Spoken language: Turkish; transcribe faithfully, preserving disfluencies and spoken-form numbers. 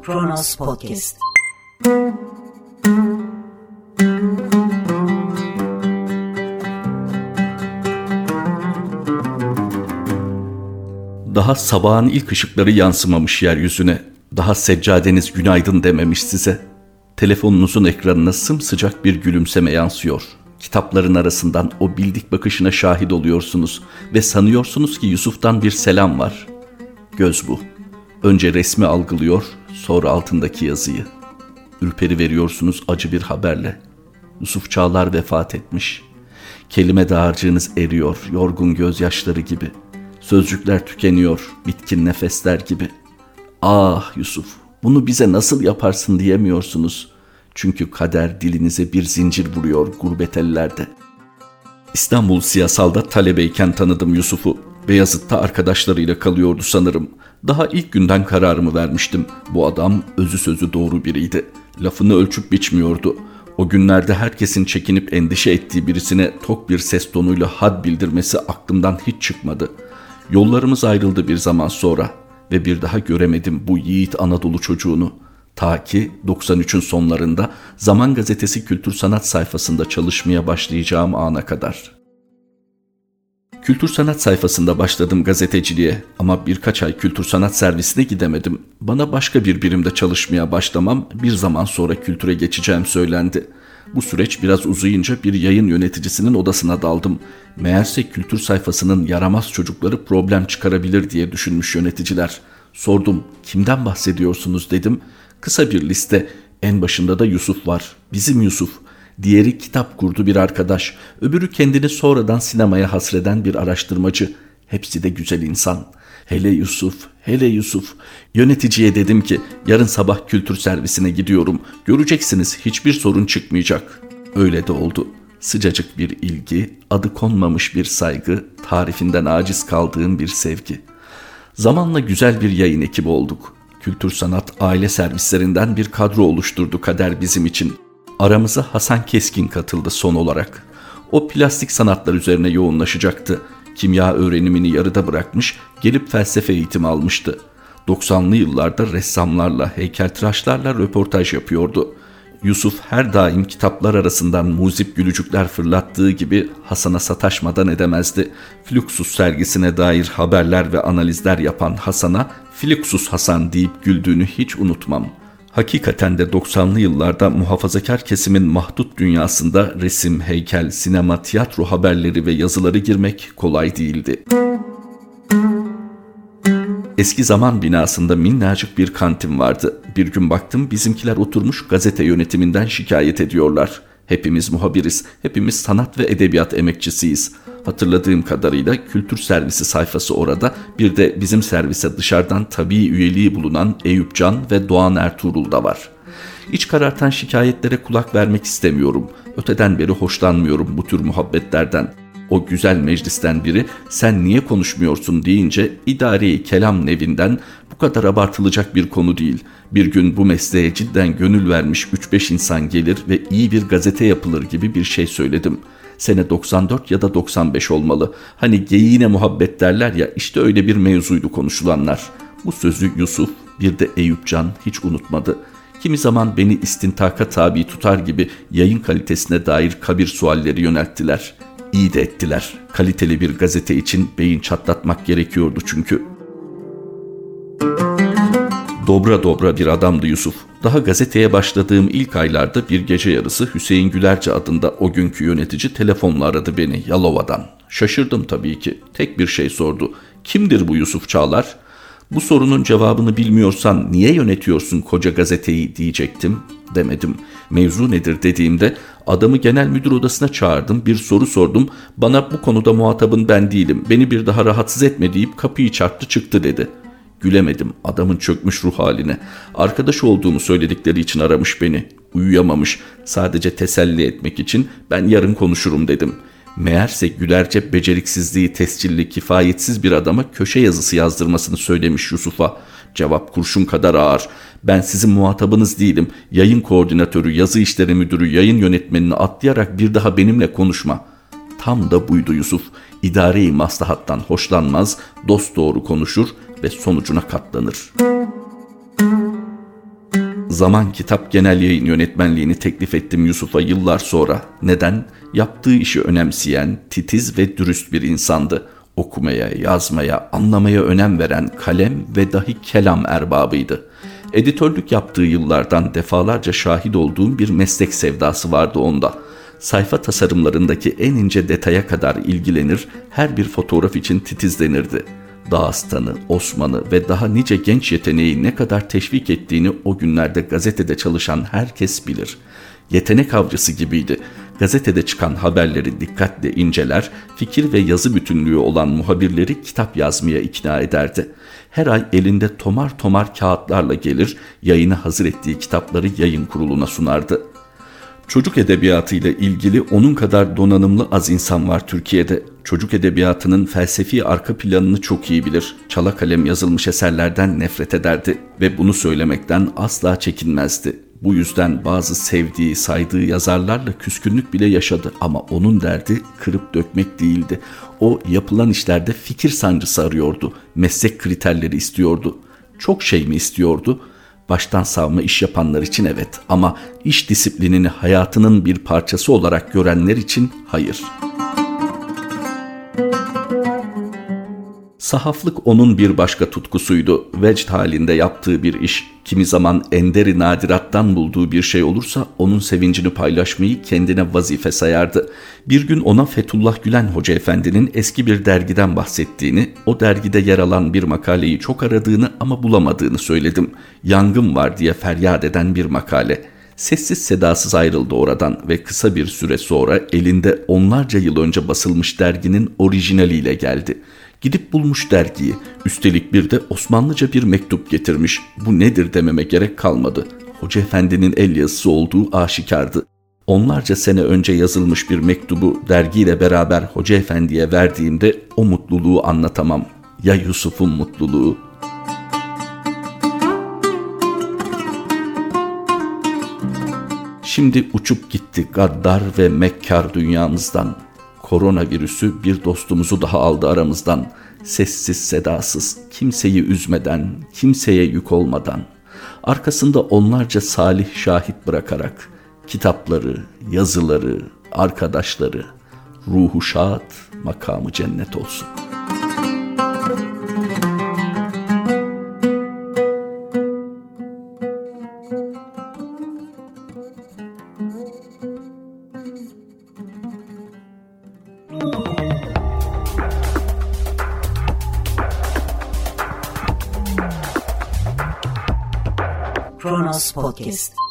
Kronos Podcast. Daha sabahın ilk ışıkları yansımamış yeryüzüne, daha seccadeniz günaydın dememiş size. Telefonunuzun ekranına sımsıcak bir gülümseme yansıyor. Kitapların arasından o bildik bakışına şahit oluyorsunuz ve sanıyorsunuz ki Yusuf'tan bir selam var. Göz bu. Önce resmi algılıyor, sonra altındaki yazıyı. Ürperi veriyorsunuz acı bir haberle. Yusuf Çağlar vefat etmiş. Kelime dağarcığınız eriyor, yorgun gözyaşları gibi. Sözcükler tükeniyor, bitkin nefesler gibi. Ah Yusuf, bunu bize nasıl yaparsın diyemiyorsunuz. Çünkü kader dilinize bir zincir vuruyor gurbet ellerde. İstanbul Siyasal'da talebeyken tanıdım Yusuf'u. Beyazıt'ta arkadaşlarıyla kalıyordu sanırım. Daha ilk günden kararımı vermiştim. Bu adam özü sözü doğru biriydi. Lafını ölçüp biçmiyordu. O günlerde herkesin çekinip endişe ettiği birisine tok bir ses tonuyla had bildirmesi aklımdan hiç çıkmadı. Yollarımız ayrıldı bir zaman sonra ve bir daha göremedim bu yiğit Anadolu çocuğunu. Ta ki doksan üçün sonlarında Zaman Gazetesi Kültür Sanat sayfasında çalışmaya başlayacağım ana kadar. Kültür Sanat sayfasında başladım gazeteciliğe ama birkaç ay kültür sanat servisine gidemedim. Bana başka bir birimde çalışmaya başlamam, bir zaman sonra kültüre geçeceğim söylendi. Bu süreç biraz uzayınca bir yayın yöneticisinin odasına daldım. Meğerse kültür sayfasının yaramaz çocukları problem çıkarabilir diye düşünmüş yöneticiler. Sordum, kimden bahsediyorsunuz dedim. Kısa bir liste, en başında da Yusuf var, bizim Yusuf. Diğeri kitap kurdu bir arkadaş, öbürü kendini sonradan sinemaya hasreden bir araştırmacı. Hepsi de güzel insan. Hele Yusuf, hele Yusuf. Yöneticiye dedim ki yarın sabah kültür servisine gidiyorum. Göreceksiniz hiçbir sorun çıkmayacak. Öyle de oldu. Sıcacık bir ilgi, adı konmamış bir saygı, tarifinden aciz kaldığım bir sevgi. Zamanla güzel bir yayın ekibi olduk. Kültür sanat aile servislerinden bir kadro oluşturdu kader bizim için. Aramıza Hasan Keskin katıldı son olarak. O plastik sanatlar üzerine yoğunlaşacaktı. Kimya öğrenimini yarıda bırakmış, gelip felsefe eğitimi almıştı. doksanlı yıllarda ressamlarla, heykeltıraşlarla röportaj yapıyordu. Yusuf her daim kitaplar arasından muzip gülücükler fırlattığı gibi Hasan'a sataşmadan edemezdi. Fluxus sergisine dair haberler ve analizler yapan Hasan'a Fluxus Hasan deyip güldüğünü hiç unutmam. Hakikaten de doksanlı yıllarda muhafazakar kesimin mahdut dünyasında resim, heykel, sinema, tiyatro haberleri ve yazıları girmek kolay değildi. Eski Zaman binasında minnacık bir kantin vardı. Bir gün baktım bizimkiler oturmuş gazete yönetiminden şikayet ediyorlar. Hepimiz muhabiriz, hepimiz sanat ve edebiyat emekçisiyiz. Hatırladığım kadarıyla kültür servisi sayfası orada, bir de bizim servise dışarıdan tabii üyeliği bulunan Eyüp Can ve Doğan Ertuğrul da var. İç karartan şikayetlere kulak vermek istemiyorum. Öteden beri hoşlanmıyorum bu tür muhabbetlerden. O güzel meclisten biri sen niye konuşmuyorsun deyince idari kelam nevinden bu kadar abartılacak bir konu değil. Bir gün bu mesleğe cidden gönül vermiş üç beş insan gelir ve iyi bir gazete yapılır gibi bir şey söyledim. Sene doksan dört ya da doksan beş olmalı. Hani geyiğine muhabbet derler ya, işte öyle bir mevzuydu konuşulanlar. Bu sözü Yusuf bir de Eyüp Can hiç unutmadı. Kimi zaman beni istintaka tabi tutar gibi yayın kalitesine dair kabir sualleri yönelttiler. İyi de ettiler. Kaliteli bir gazete için beyin çatlatmak gerekiyordu çünkü. Dobra dobra bir adamdı Yusuf. Daha gazeteye başladığım ilk aylarda bir gece yarısı Hüseyin Gülerci adında o günkü yönetici telefonla aradı beni Yalova'dan. Şaşırdım tabii ki. Tek bir şey sordu. Kimdir bu Yusuf Çağlar? Bu sorunun cevabını bilmiyorsan niye yönetiyorsun koca gazeteyi diyecektim. Demedim. Mevzu nedir dediğimde adamı genel müdür odasına çağırdım, bir soru sordum. Bana bu konuda muhatabın ben değilim, beni bir daha rahatsız etme deyip kapıyı çarptı çıktı dedi. Gülemedim adamın çökmüş ruh haline. Arkadaş olduğumu söyledikleri için aramış beni. Uyuyamamış, sadece teselli etmek için ben yarın konuşurum dedim. Meğerse Gülerce beceriksizliği tescilli kifayetsiz bir adama köşe yazısı yazdırmasını söylemiş Yusuf'a. Cevap kurşun kadar ağır. Ben sizin muhatabınız değilim. Yayın koordinatörü, yazı işleri müdürü, yayın yönetmenini atlayarak bir daha benimle konuşma. Tam da buydu Yusuf. İdare-i maslahattan hoşlanmaz, dosdoğru konuşur ve sonucuna katlanır. Zaman Kitap Genel Yayın Yönetmenliğini teklif ettim Yusuf'a yıllar sonra. Neden? Yaptığı işi önemseyen, titiz ve dürüst bir insandı. Okumaya, yazmaya, anlamaya önem veren kalem ve dahi kelam erbabıydı. Editörlük yaptığı yıllardan defalarca şahit olduğum bir meslek sevdası vardı onda. Sayfa tasarımlarındaki en ince detaya kadar ilgilenir, her bir fotoğraf için titizlenirdi. Dağıstan'ı, Osman'ı ve daha nice genç yeteneği ne kadar teşvik ettiğini o günlerde gazetede çalışan herkes bilir. Yetenek avcısı gibiydi. Gazetede çıkan haberleri dikkatle inceler, fikir ve yazı bütünlüğü olan muhabirleri kitap yazmaya ikna ederdi. Her ay elinde tomar tomar kağıtlarla gelir, yayına hazır ettiği kitapları yayın kuruluna sunardı. Çocuk edebiyatıyla ilgili onun kadar donanımlı az insan var Türkiye'de. Çocuk edebiyatının felsefi arka planını çok iyi bilir. Çala kalem yazılmış eserlerden nefret ederdi ve bunu söylemekten asla çekinmezdi. Bu yüzden bazı sevdiği, saydığı yazarlarla küskünlük bile yaşadı ama onun derdi kırıp dökmek değildi. O yapılan işlerde fikir sancısı arıyordu, meslek kriterleri istiyordu. Çok şey mi istiyordu? Baştan savma iş yapanlar için evet ama iş disiplinini hayatının bir parçası olarak görenler için hayır. Sahaflık onun bir başka tutkusuydu. Vecd halinde yaptığı bir iş, kimi zaman enderi nadirattan bulduğu bir şey olursa onun sevincini paylaşmayı kendine vazife sayardı. Bir gün ona Fethullah Gülen Hoca Efendi'nin eski bir dergiden bahsettiğini, o dergide yer alan bir makaleyi çok aradığını ama bulamadığını söyledim. Yangın var diye feryat eden bir makale. Sessiz sedasız ayrıldı oradan ve kısa bir süre sonra elinde onlarca yıl önce basılmış derginin orijinaliyle geldi. Gidip bulmuş dergiyi, üstelik bir de Osmanlıca bir mektup getirmiş. Bu nedir dememe gerek kalmadı. Hoca Efendi'nin el yazısı olduğu aşikardı. Onlarca sene önce yazılmış bir mektubu dergiyle beraber Hoca Efendi'ye verdiğimde o mutluluğu anlatamam. Ya Yusuf'un mutluluğu? Şimdi uçup gitti gaddar ve mekkar dünyamızdan. Koronavirüsü bir dostumuzu daha aldı aramızdan. Sessiz sedasız, kimseyi üzmeden, kimseye yük olmadan. Arkasında onlarca salih şahit bırakarak, kitapları, yazıları, arkadaşları, ruhu şad, makamı cennet olsun. Kronos Podcast.